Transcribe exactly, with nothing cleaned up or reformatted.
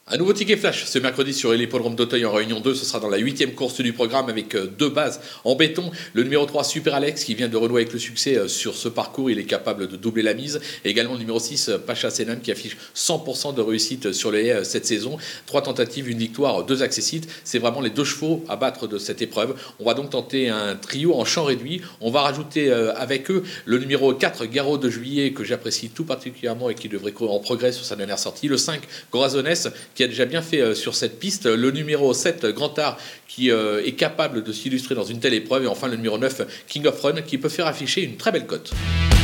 Un nouveau ticket flash ce mercredi sur l'hippodrome d'Auteuil en Réunion deux. Ce sera dans la huitième course du programme avec deux bases en béton. Le numéro trois, Super Alex, qui vient de renouer avec le succès sur ce parcours. Il est capable de doubler la mise. Et également le numéro six, Pacha Senan, qui affiche cent pour cent de réussite sur le haies cette saison. Trois tentatives, une victoire, deux accessites. C'est vraiment les deux chevaux à battre de cette épreuve. On va donc tenter un trio en champ réduit. On va rajouter avec eux le numéro quatre, Garot de Juillet, que j'apprécie tout particulièrement et qui devrait en progrès sur sa dernière sortie. Le cinq, Corazonès, qui a déjà bien fait euh, sur cette piste. Le numéro sept, Grand Art, qui euh, est capable de s'illustrer dans une telle épreuve. Et enfin le numéro neuf, King of Run, qui peut faire afficher une très belle cote.